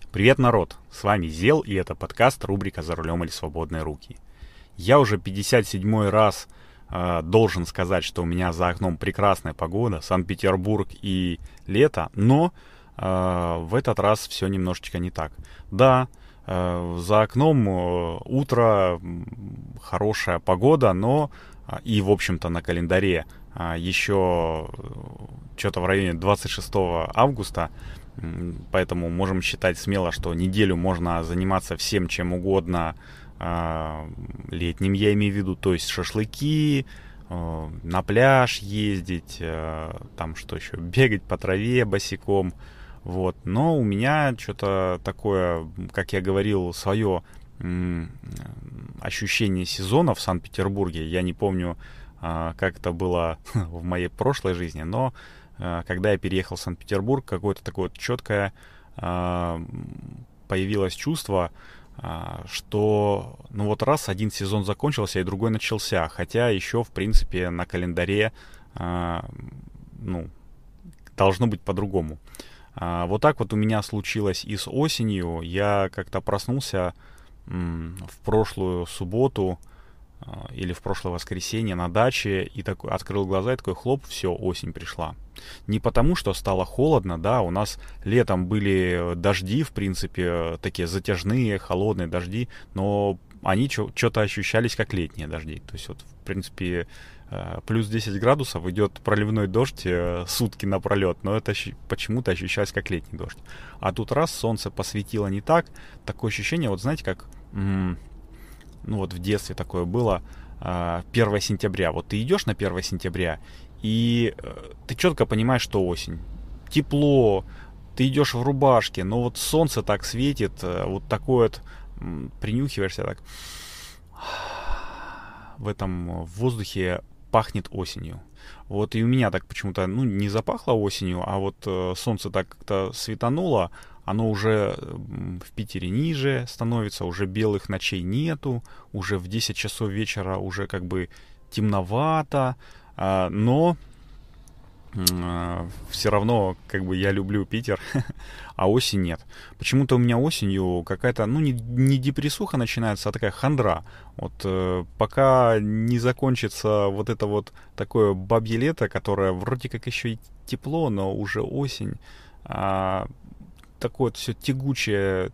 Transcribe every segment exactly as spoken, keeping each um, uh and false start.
Привет, народ! С вами Зел, и это подкаст рубрика «За рулем или свободные руки». Я уже пятьдесят седьмой раз э, должен сказать, что у меня за окном прекрасная погода, Санкт-Петербург и лето, но э, в этот раз все немножечко не так. Да, э, за окном э, утро, хорошая погода, но э, и, в общем-то, на календаре э, еще э, что-то в районе двадцать шестого августа, поэтому можем считать смело, что неделю можно заниматься всем чем угодно, э, летним я имею в виду, то есть шашлыки, э, на пляж ездить, э, там что еще, бегать по траве босиком, вот. Но у меня что-то такое, как я говорил, свое э, ощущение сезона в Санкт-Петербурге. Я не помню, э, как это было в моей прошлой жизни, но когда я переехал в Санкт-Петербург, какое-то такое вот четкое э, появилось чувство, э, что ну вот раз один сезон закончился и другой начался, хотя еще в принципе на календаре э, ну, должно быть по-другому. Э, вот так вот у меня случилось и с осенью. Я как-то проснулся э, в прошлую субботу э, или в прошлое воскресенье на даче и такой, открыл глаза и такой хлоп, все, осень пришла. Не потому, что стало холодно, да, у нас летом были дожди, в принципе, такие затяжные, холодные дожди, но они что-то ощущались как летние дожди. То есть вот, в принципе, плюс десять градусов, идет проливной дождь сутки напролет, но это почему-то ощущалось как летний дождь. А тут раз солнце посветило не так, такое ощущение, вот знаете, как, ну вот в детстве такое было, первое сентября. Вот ты идешь на первое сентября, и ты четко понимаешь, что осень. Тепло, ты идешь в рубашке, но вот солнце так светит, вот такое вот, принюхиваешься так. В этом воздухе пахнет осенью. Вот и у меня так почему-то, ну, не запахло осенью, а вот солнце так как-то светануло, оно уже в Питере ниже становится, уже белых ночей нету, уже в десять часов вечера уже как бы темновато, но все равно как бы я люблю Питер, а осень нет. Почему-то у меня осенью какая-то, ну, не, не депрессуха начинается, а такая хандра. Вот э, пока не закончится вот это вот такое бабье лето, которое вроде как еще и тепло, но уже осень, а, такое вот все тягучее,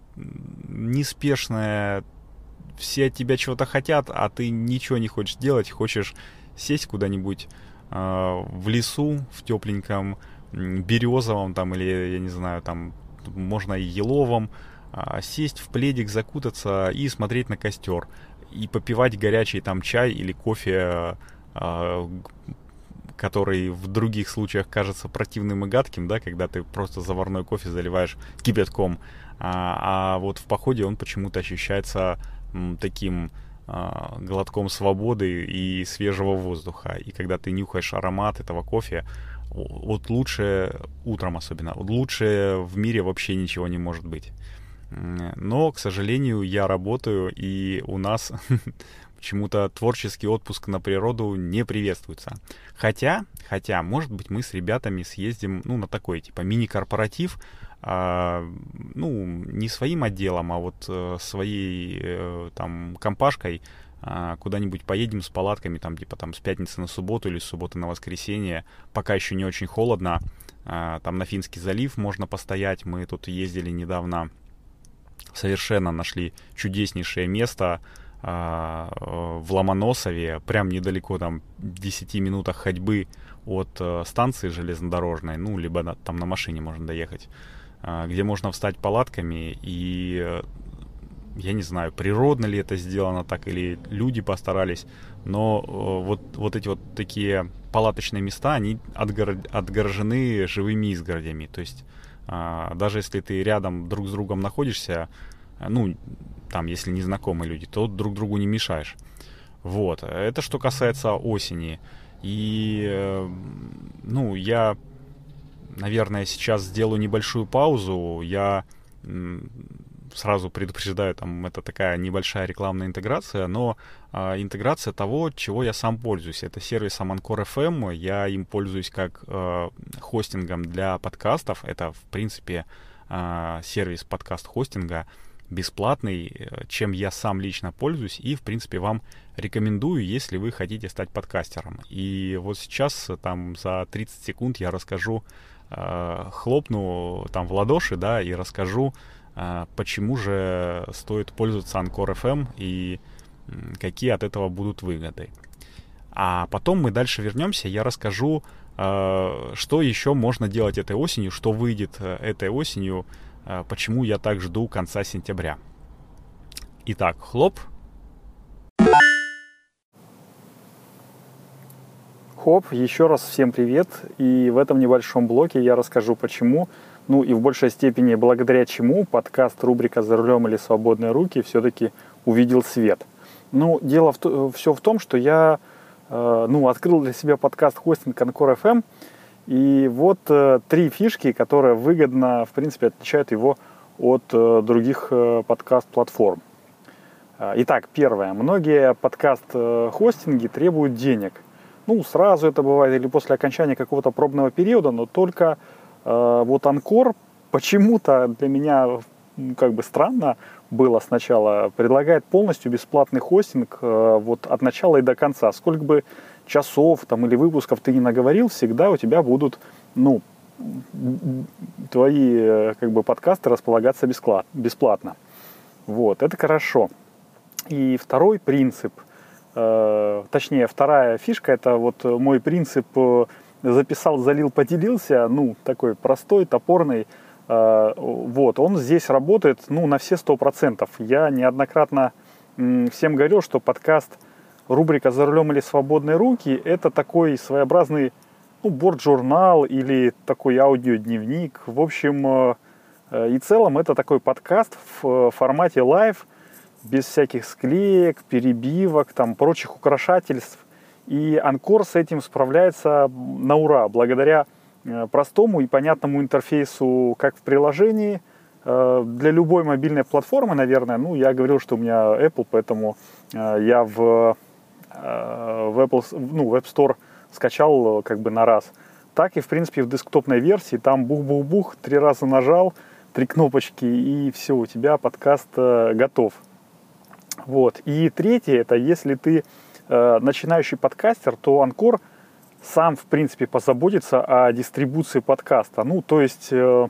неспешное, все от тебя чего-то хотят, а ты ничего не хочешь делать, хочешь сесть куда-нибудь э, в лесу, в тепленьком, березовом там, или, я не знаю, там, можно и еловом, э, сесть в пледик, закутаться и смотреть на костер, и попивать горячий там чай или кофе, э, который в других случаях кажется противным и гадким, да, когда ты просто заварной кофе заливаешь кипятком, а, а вот в походе он почему-то ощущается м, таким глотком свободы и свежего воздуха. И когда ты нюхаешь аромат этого кофе, вот лучше, утром особенно, лучше в мире вообще ничего не может быть. Но, к сожалению, я работаю, и у нас почему-то творческий отпуск на природу не приветствуется. Хотя, хотя, может быть, мы с ребятами съездим, ну, на такой, типа, мини-корпоратив, а, ну, не своим отделом, а вот а, своей а, там компашкой а, куда-нибудь поедем с палатками, там, типа, там, с пятницы на субботу или с субботы на воскресенье, пока еще не очень холодно, а, там, на Финский залив можно постоять, мы тут ездили недавно, совершенно нашли чудеснейшее место а, в Ломоносове, прям недалеко, там, в десяти минутах ходьбы от а, станции железнодорожной, ну, либо на, там на машине можно доехать, где можно встать палатками, и я не знаю, природно ли это сделано так, или люди постарались, но вот, вот эти вот такие палаточные места, они отгор... отгорожены живыми изгородями, то есть даже если ты рядом друг с другом находишься, ну, там, если незнакомые люди, то друг другу не мешаешь. Вот, это что касается осени. И, ну, я... Наверное, сейчас сделаю небольшую паузу. Я м, сразу предупреждаю, там это такая небольшая рекламная интеграция, но э, интеграция того, чего я сам пользуюсь. Это сервис Anchor эф эм. Я им пользуюсь как э, хостингом для подкастов. Это, в принципе, э, сервис подкаст-хостинга бесплатный, чем я сам лично пользуюсь и, в принципе, вам рекомендую, если вы хотите стать подкастером. И вот сейчас там за тридцать секунд я расскажу, э, хлопну там в ладоши, да, и расскажу, э, почему же стоит пользоваться Анкор эф эм и какие от этого будут выгоды. А потом мы дальше вернемся, я расскажу, э, что еще можно делать этой осенью, что выйдет этой осенью, э, почему я так жду конца сентября. Итак, хлоп. Хоп, еще раз всем привет. И в этом небольшом блоке я расскажу, почему, ну и в большей степени благодаря чему подкаст рубрика «За рулем или свободные руки» все-таки увидел свет. Ну, дело в то, все в том, что я э, ну, открыл для себя подкаст-хостинг Анкор эф эм, и вот э, три фишки, которые выгодно, в принципе, отличают его от э, других э, подкаст-платформ. Итак, первое. Многие подкаст-хостинги требуют денег. Ну, сразу это бывает или после окончания какого-то пробного периода, но только э, вот Анкор почему-то для меня как бы странно было сначала, предлагает полностью бесплатный хостинг э, вот от начала и до конца. Сколько бы часов там или выпусков ты не наговорил, всегда у тебя будут, ну, твои э, как бы подкасты располагаться бесплатно. Вот, это хорошо. И второй принцип, э, точнее вторая фишка, это вот мой принцип э, записал, залил, поделился, ну такой простой, топорный. Э, вот, он здесь работает, ну, на все сто процентов. Я неоднократно м, всем говорил, что подкаст рубрика «За рулем или свободные руки» это такой своеобразный, ну, борт-журнал или такой аудиодневник. В общем э, и целом это такой подкаст в формате лайв, без всяких склеек, перебивок, там, прочих украшательств. И Анкор с этим справляется на ура, благодаря э, простому и понятному интерфейсу, как в приложении, э, для любой мобильной платформы, наверное. Ну, я говорил, что у меня Apple, поэтому э, я в, э, в, Apple, ну, в App Store скачал как бы на раз. Так и, в принципе, в десктопной версии, там бух-бух-бух, три раза нажал, три кнопочки, и все, у тебя подкаст э, готов. Вот. И третье, это если ты э, начинающий подкастер, то Анкор сам, в принципе, позаботится о дистрибуции подкаста. Ну, то есть э,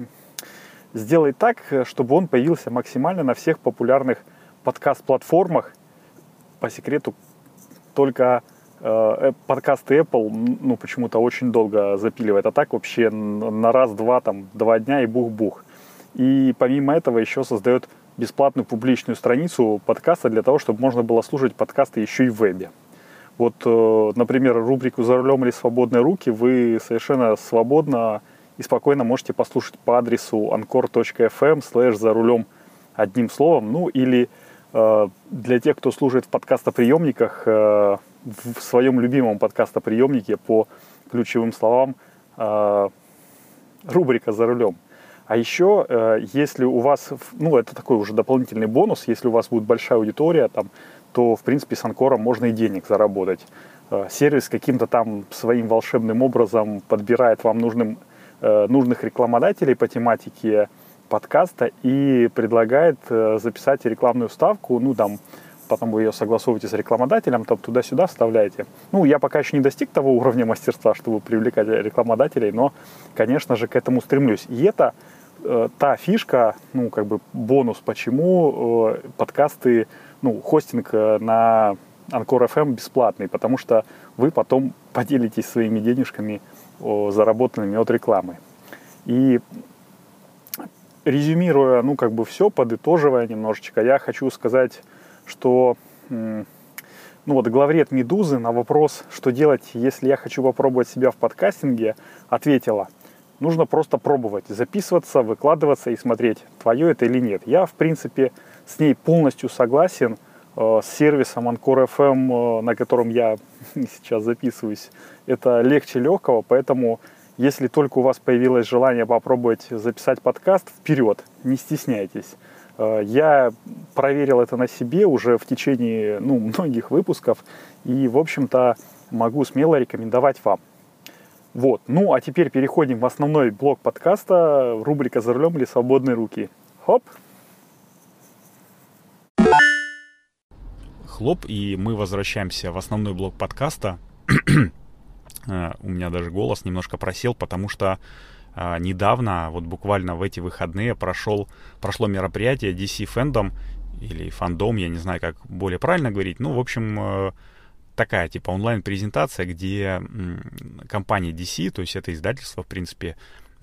сделай так, чтобы он появился максимально на всех популярных подкаст-платформах. По секрету, только э, подкасты Apple, ну, почему-то очень долго запиливает. А так вообще на раз-два, там, два дня и бух-бух. И помимо этого еще создает бесплатную публичную страницу подкаста для того, чтобы можно было слушать подкасты еще и в вебе. Вот, например, рубрику «За рулем или свободные руки» вы совершенно свободно и спокойно можете послушать по адресу анкор точка эф эм слэш за рулем одним словом. Ну или э, для тех, кто слушает в подкастоприемниках, э, в своем любимом подкастоприемнике по ключевым словам э, рубрика «За рулем». А еще, если у вас, ну, это такой уже дополнительный бонус, если у вас будет большая аудитория, там, то, в принципе, с Анкором можно и денег заработать. Сервис каким-то там своим волшебным образом подбирает вам нужным, нужных рекламодателей по тематике подкаста и предлагает записать рекламную вставку, ну, там, потом вы ее согласовываете с рекламодателем, там, туда-сюда вставляете. Ну, я пока еще не достиг того уровня мастерства, чтобы привлекать рекламодателей, но, конечно же, к этому стремлюсь. И это та фишка, ну, как бы бонус, почему э, подкасты, ну, хостинг на Анкор эф эм бесплатный, потому что вы потом поделитесь своими денежками, о, заработанными от рекламы. И резюмируя, ну, как бы все, подытоживая немножечко, я хочу сказать, что, ну, вот главред «Медузы» на вопрос, что делать, если я хочу попробовать себя в подкастинге, ответила: нужно просто пробовать, записываться, выкладываться и смотреть, твое это или нет. Я, в принципе, с ней полностью согласен. С сервисом Анкор эф эм, на котором я сейчас записываюсь, это легче легкого, поэтому если только у вас появилось желание попробовать записать подкаст, вперед, не стесняйтесь. Я проверил это на себе уже в течение, ну, многих выпусков и, в общем-то, могу смело рекомендовать вам. Вот. Ну, а теперь переходим в основной блок подкаста, рубрика «За рулем или свободные руки». Хоп! Хлоп, и мы возвращаемся в основной блок подкаста. У меня даже голос немножко просел, потому что а, недавно, вот буквально в эти выходные, прошел, прошло мероприятие ди си Fandom, или Fandom, я не знаю, как более правильно говорить. Ну, в общем, э, такая типа онлайн-презентация, где м, компания ди си, то есть это издательство, в принципе,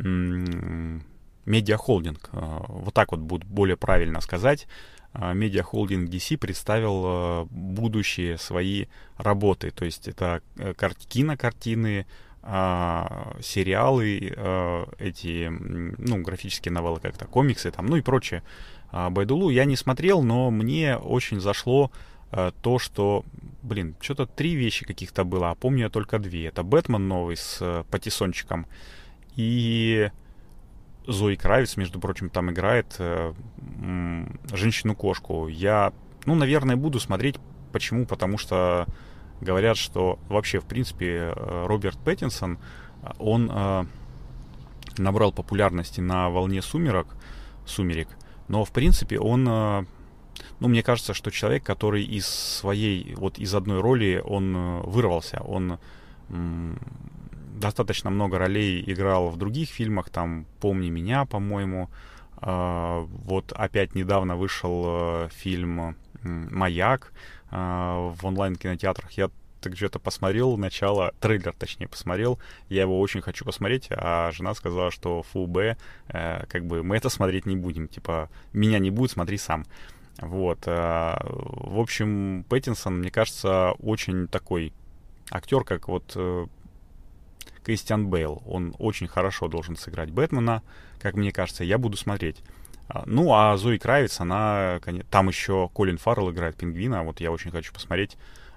м, медиахолдинг, э, вот так вот будет более правильно сказать, медиахолдинг ди си представил э, будущие свои работы. То есть это кар- кинокартины, э, сериалы, э, эти, ну, графические новеллы, как-то комиксы, там, ну и прочее. Э, Байдулу я не смотрел, но мне очень зашло э, то, что, блин, что-то три вещи каких-то было, а помню я только две. Это Бэтмен новый с э, Паттисончиком и... Зои Кравиц, между прочим, там играет э, м, женщину-кошку. Я, ну, наверное, буду смотреть. Почему? Потому что говорят, что вообще, в принципе, Роберт Пэттинсон, он э, набрал популярности на волне «Сумерок», «Сумерек», но, в принципе, он, э, ну, мне кажется, что человек, который из своей, вот из одной роли, он э, вырвался, он... М, достаточно много ролей играл в других фильмах, там «Помни меня», по-моему. Э, вот опять недавно вышел э, фильм «Маяк» э, в онлайн-кинотеатрах. Я так что-то посмотрел начало, трейлер точнее посмотрел. Я его очень хочу посмотреть, а жена сказала, что фу, б, э, как бы мы это смотреть не будем. Типа, меня не будет, смотри сам. Вот. Э, в общем, Пэттинсон, мне кажется, очень такой актер, как вот... Э, Кристиан Бейл, он очень хорошо должен сыграть Бэтмена, как мне кажется, я буду смотреть. Ну, а Зои Кравиц, она, там еще Колин Фаррелл играет Пингвина, вот я очень хочу посмотреть.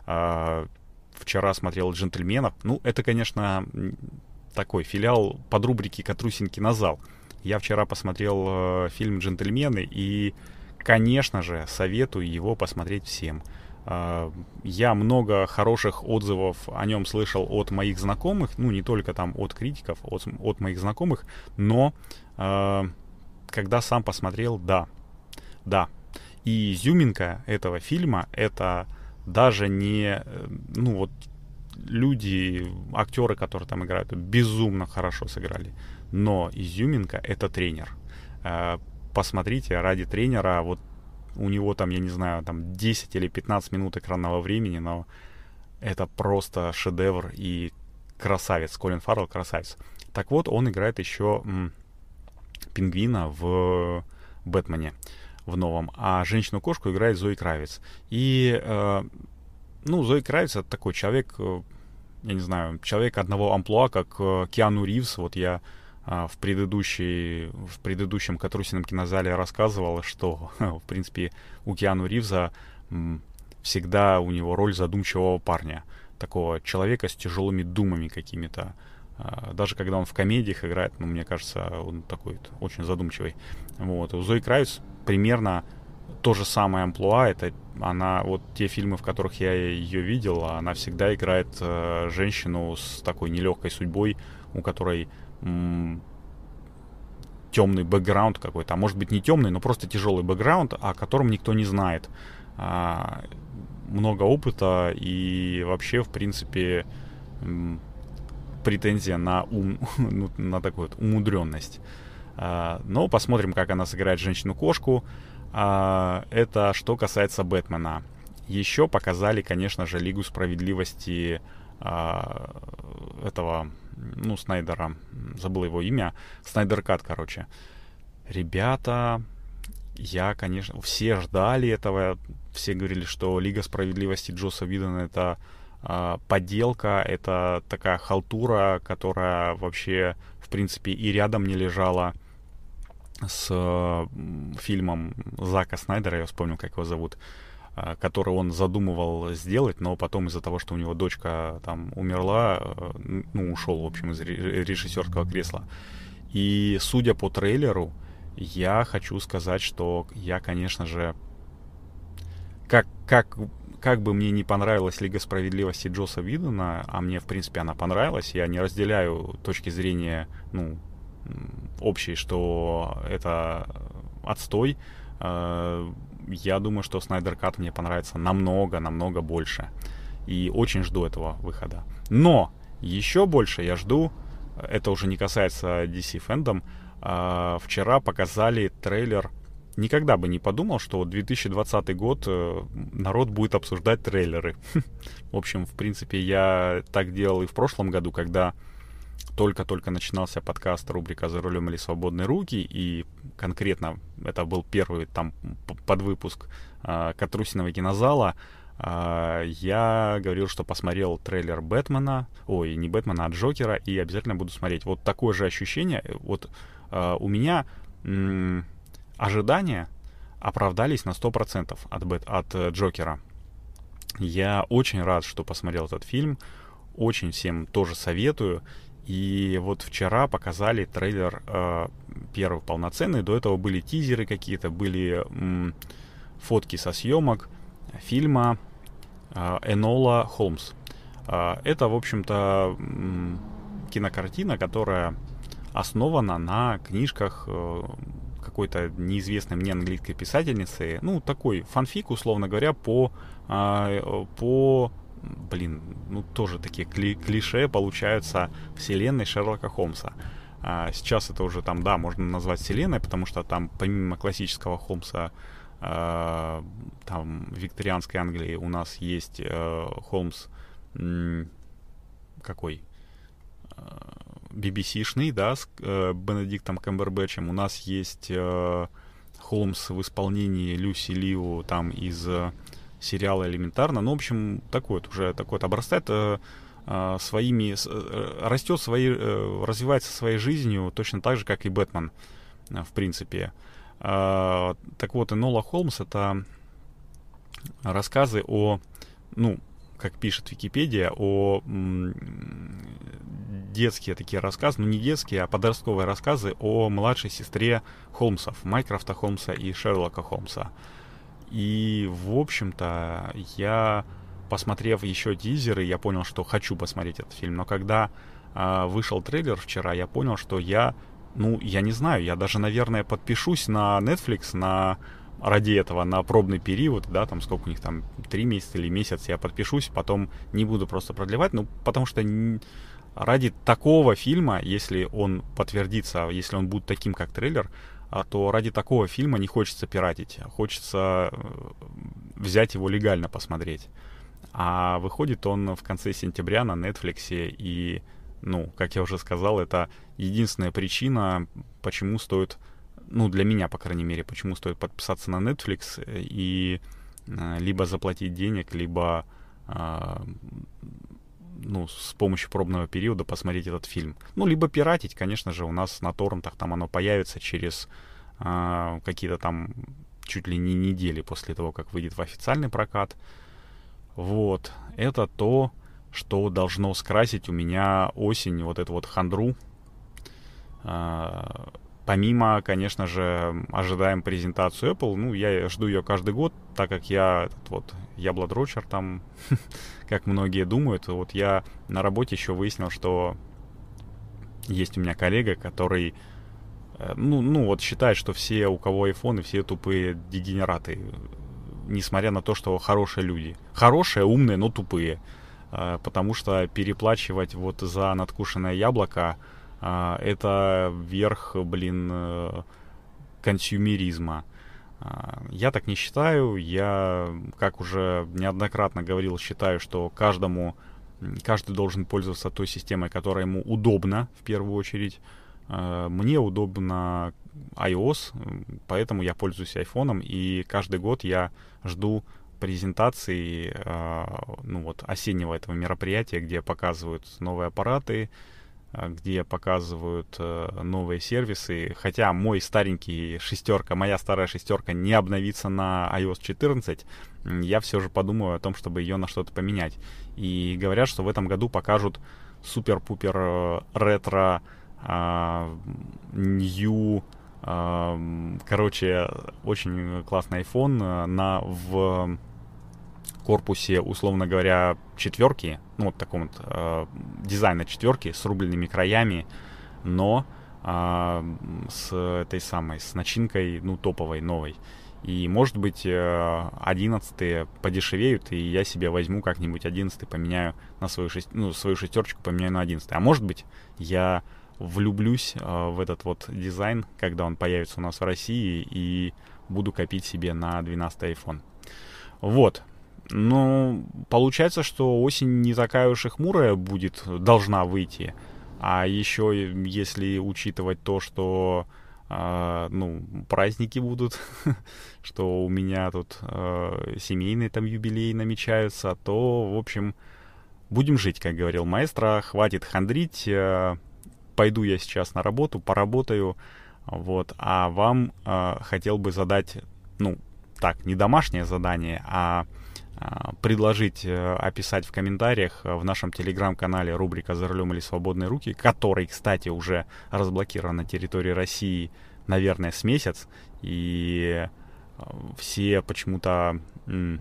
Вчера смотрел «Джентльменов». Ну, это, конечно, такой филиал подрубрики «Катрусин кинозал». Я вчера посмотрел фильм «Джентльмены», и, конечно же, советую его посмотреть всем. Я много хороших отзывов о нем слышал от моих знакомых, ну, не только там от критиков, от, от моих знакомых, но э, когда сам посмотрел, да, да. И изюминка этого фильма, это даже не, ну, вот, люди, актеры, которые там играют, безумно хорошо сыграли, но изюминка — это тренер. Э, посмотрите, ради тренера, вот, у него там, я не знаю, там десять или пятнадцать минут экранного времени, но это просто шедевр и красавец. Колин Фаррелл красавец. Так вот, он играет еще м, Пингвина в Бэтмене, в новом. А женщину-кошку играет Зои Кравиц. И, э, ну, Зои Кравиц — это такой человек, э, я не знаю, человек одного амплуа, как э, Киану Ривз. Вот я в, предыдущей, в предыдущем Катрусином кинозале рассказывал, что, в принципе, у Киану Ривза всегда у него роль задумчивого парня, такого человека с тяжелыми думами какими-то. Даже когда он в комедиях играет, ну, мне кажется, он такой очень задумчивый. Вот. У Зои Кравиц примерно то же самое амплуа. Это она, вот те фильмы, в которых я ее видел, она всегда играет э, женщину с такой нелегкой судьбой, у которой темный бэкграунд какой-то, а может быть не темный, но просто тяжелый бэкграунд, о котором никто не знает. А, много опыта и вообще, в принципе, м, претензия на ум, ну, на такую вот умудренность. А, но посмотрим, как она сыграет женщину-кошку. А, это что касается Бэтмена. Еще показали, конечно же, Лигу справедливости а, этого, ну, Снайдера, забыл его имя, Снайдер Кат, короче. Ребята, я, конечно, все ждали этого, все говорили, что Лига справедливости Джосса Уидона — это э, подделка, это такая халтура, которая вообще, в принципе, и рядом не лежала с э, фильмом Зака Снайдера, я вспомнил, как его зовут, который он задумывал сделать, но потом из-за того, что у него дочка там умерла, ну, ушел, в общем, из режиссерского кресла. И судя по трейлеру, я хочу сказать, что я, конечно же, как, как, как бы мне не понравилась «Лига справедливости» Джосса Уидона, а мне, в принципе, она понравилась, я не разделяю точки зрения, ну, общей, что это отстой. Я думаю, что «Снайдер Кат» мне понравится намного-намного больше. И очень жду этого выхода. Но еще больше я жду, это уже не касается ди си Fandom, вчера показали трейлер. Никогда бы не подумал, что вот две тысячи двадцатый год народ будет обсуждать трейлеры. В общем, в принципе, я так делал и в прошлом году, когда только-только начинался подкаст рубрика «За рулем или свободные руки», и конкретно это был первый там подвыпуск Катрусиного кинозала. Я говорил, что посмотрел трейлер Бэтмена, ой, не Бэтмена, а Джокера, и обязательно буду смотреть. Вот такое же ощущение. Вот у меня ожидания оправдались на сто процентов от, Бэт, от Джокера. Я очень рад, что посмотрел этот фильм. Очень всем тоже советую. И вот вчера показали трейлер э, первый полноценный. До этого были тизеры какие-то, были м, фотки со съемок фильма э, Энола Холмс. Э, это, в общем-то, м, кинокартина, которая основана на книжках э, какой-то неизвестной мне английской писательницы. Ну, такой фанфик, условно говоря, по... Э, по блин, ну тоже такие кли- клише получаются вселенной Шерлока Холмса. А сейчас это уже там, да, можно назвать вселенной, потому что там помимо классического Холмса э, там в викторианской Англии у нас есть э, Холмс м- какой? би би си-шный, да, с э, Бенедиктом Камбербэтчем. У нас есть э, Холмс в исполнении Люси Лиу там из сериала «Элементарно». Ну, в общем, такой вот уже такой вот обрастает э, э, своими, э, растет своей, э, развивается своей жизнью точно так же, как и Бэтмен, э, в принципе. Э, так вот, Энола Холмс — это рассказы о, ну, как пишет Википедия, о м, детские такие рассказы, ну не детские, а подростковые рассказы о младшей сестре Холмсов, Майкрофта Холмса и Шерлока Холмса. И, в общем-то, я, посмотрев еще тизеры, я понял, что хочу посмотреть этот фильм. Но когда э, вышел трейлер вчера, я понял, что я, ну, я не знаю, я даже, наверное, подпишусь на Netflix на, ради этого, на пробный период, да, там сколько у них там, три месяца или месяц, я подпишусь, потом не буду просто продлевать, ну, потому что ради такого фильма, если он подтвердится, если он будет таким, как трейлер, то ради такого фильма не хочется пиратить, хочется взять его легально посмотреть. А выходит он в конце сентября на Netflix, и, ну, как я уже сказал, это единственная причина, почему стоит, ну, для меня, по крайней мере, почему стоит подписаться на Netflix и либо заплатить денег, либо, ну, с помощью пробного периода посмотреть этот фильм. Ну, либо пиратить, конечно же, у нас на торрентах там оно появится через э, какие-то там чуть ли не недели после того, как выйдет в официальный прокат. Вот. Это то, что должно скрасить у меня осень, вот эту вот хандру. Э, помимо, конечно же, ожидаем презентацию Apple. Ну, я жду ее каждый год, так как я этот вот яблодрочер там, как многие думают. Вот я на работе еще выяснил, что есть у меня коллега, который, ну, ну вот считает, что все, у кого айфоны, все тупые дегенераты, несмотря на то, что хорошие люди. Хорошие, умные, но тупые. Потому что переплачивать вот за надкушенное яблоко — это верх, блин, консюмеризма. Я так не считаю. Я, как уже неоднократно говорил, считаю, что каждому, каждый должен пользоваться той системой, которая ему удобна, в первую очередь. Мне удобно iOS, поэтому я пользуюсь айфоном, и каждый год я жду презентации, ну вот, осеннего этого мероприятия, где показывают новые аппараты, где показывают э, новые сервисы. Хотя мой старенький шестерка, моя старая шестерка не обновится на ай о эс четырнадцать, я все же подумаю о том, чтобы ее на что-то поменять. И говорят, что в этом году покажут супер-пупер э, ретро э, нью, э, короче, очень классный iPhone на, в корпусе, условно говоря, четверки, ну вот таком вот э, дизайна четверки с рубленными краями, но э, с этой самой, с начинкой, ну, топовой, новой. И, может быть, одиннадцатые подешевеют, и я себе возьму как-нибудь одиннадцатый, поменяю на свою, шесть, ну, свою шестерочку, поменяю на одиннадцатый. А может быть, я влюблюсь э, в этот вот дизайн, когда он появится у нас в России, и буду копить себе на двенадцатый iPhone. Вот. Ну, получается, что осень не такая уж и хмурая будет, должна выйти. А еще, если учитывать то, что Uh, ну, праздники будут, что у меня тут uh, семейные там юбилеи намечаются, то, в общем, будем жить, как говорил маэстро, хватит хандрить, uh, пойду я сейчас на работу, поработаю, вот, а вам uh, хотел бы задать, ну, так, не домашнее задание, а uh, предложить uh, описать в комментариях uh, в нашем телеграм-канале рубрика «За рулем или свободные руки», который, кстати, уже разблокирован на территории России, наверное, с месяц, и все почему-то м,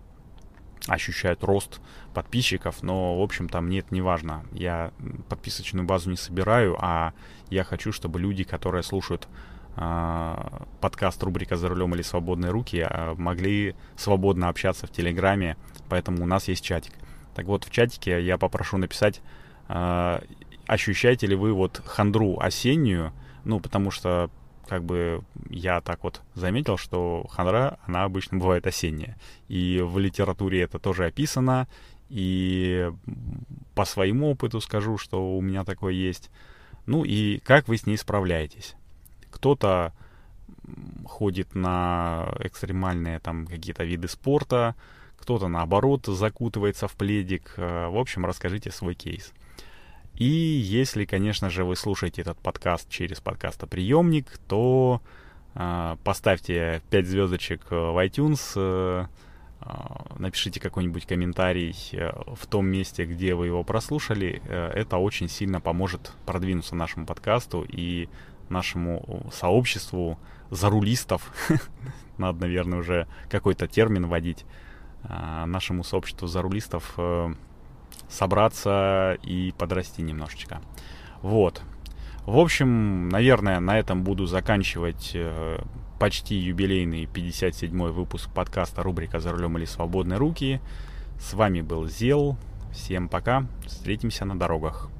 ощущают рост подписчиков, но, в общем-то, мне это не важно. Я подписочную базу не собираю, а я хочу, чтобы люди, которые слушают э, подкаст рубрика «За рулем или свободные руки», э, могли свободно общаться в Телеграме, поэтому у нас есть чатик. Так вот, в чатике я попрошу написать, э, ощущаете ли вы вот хандру осеннюю, ну, потому что как бы я так вот заметил, что хандра, она обычно бывает осенняя. И в литературе это тоже описано. И по своему опыту скажу, что у меня такое есть. Ну и как вы с ней справляетесь? Кто-то ходит на экстремальные там какие-то виды спорта, кто-то наоборот закутывается в пледик. В общем, расскажите свой кейс. И если, конечно же, вы слушаете этот подкаст через подкастоприемник, то э, поставьте пять звездочек в iTunes, э, э, напишите какой-нибудь комментарий в том месте, где вы его прослушали. Э, это очень сильно поможет продвинуться нашему подкасту и нашему сообществу зарулистов. Надо, наверное, уже какой-то термин вводить. Э, нашему сообществу зарулистов э, собраться и подрасти немножечко. Вот. В общем, наверное, на этом буду заканчивать э, почти юбилейный пятьдесят седьмой выпуск подкаста рубрика «За рулем или свободные руки». С вами был Зел. Всем пока. Встретимся на дорогах.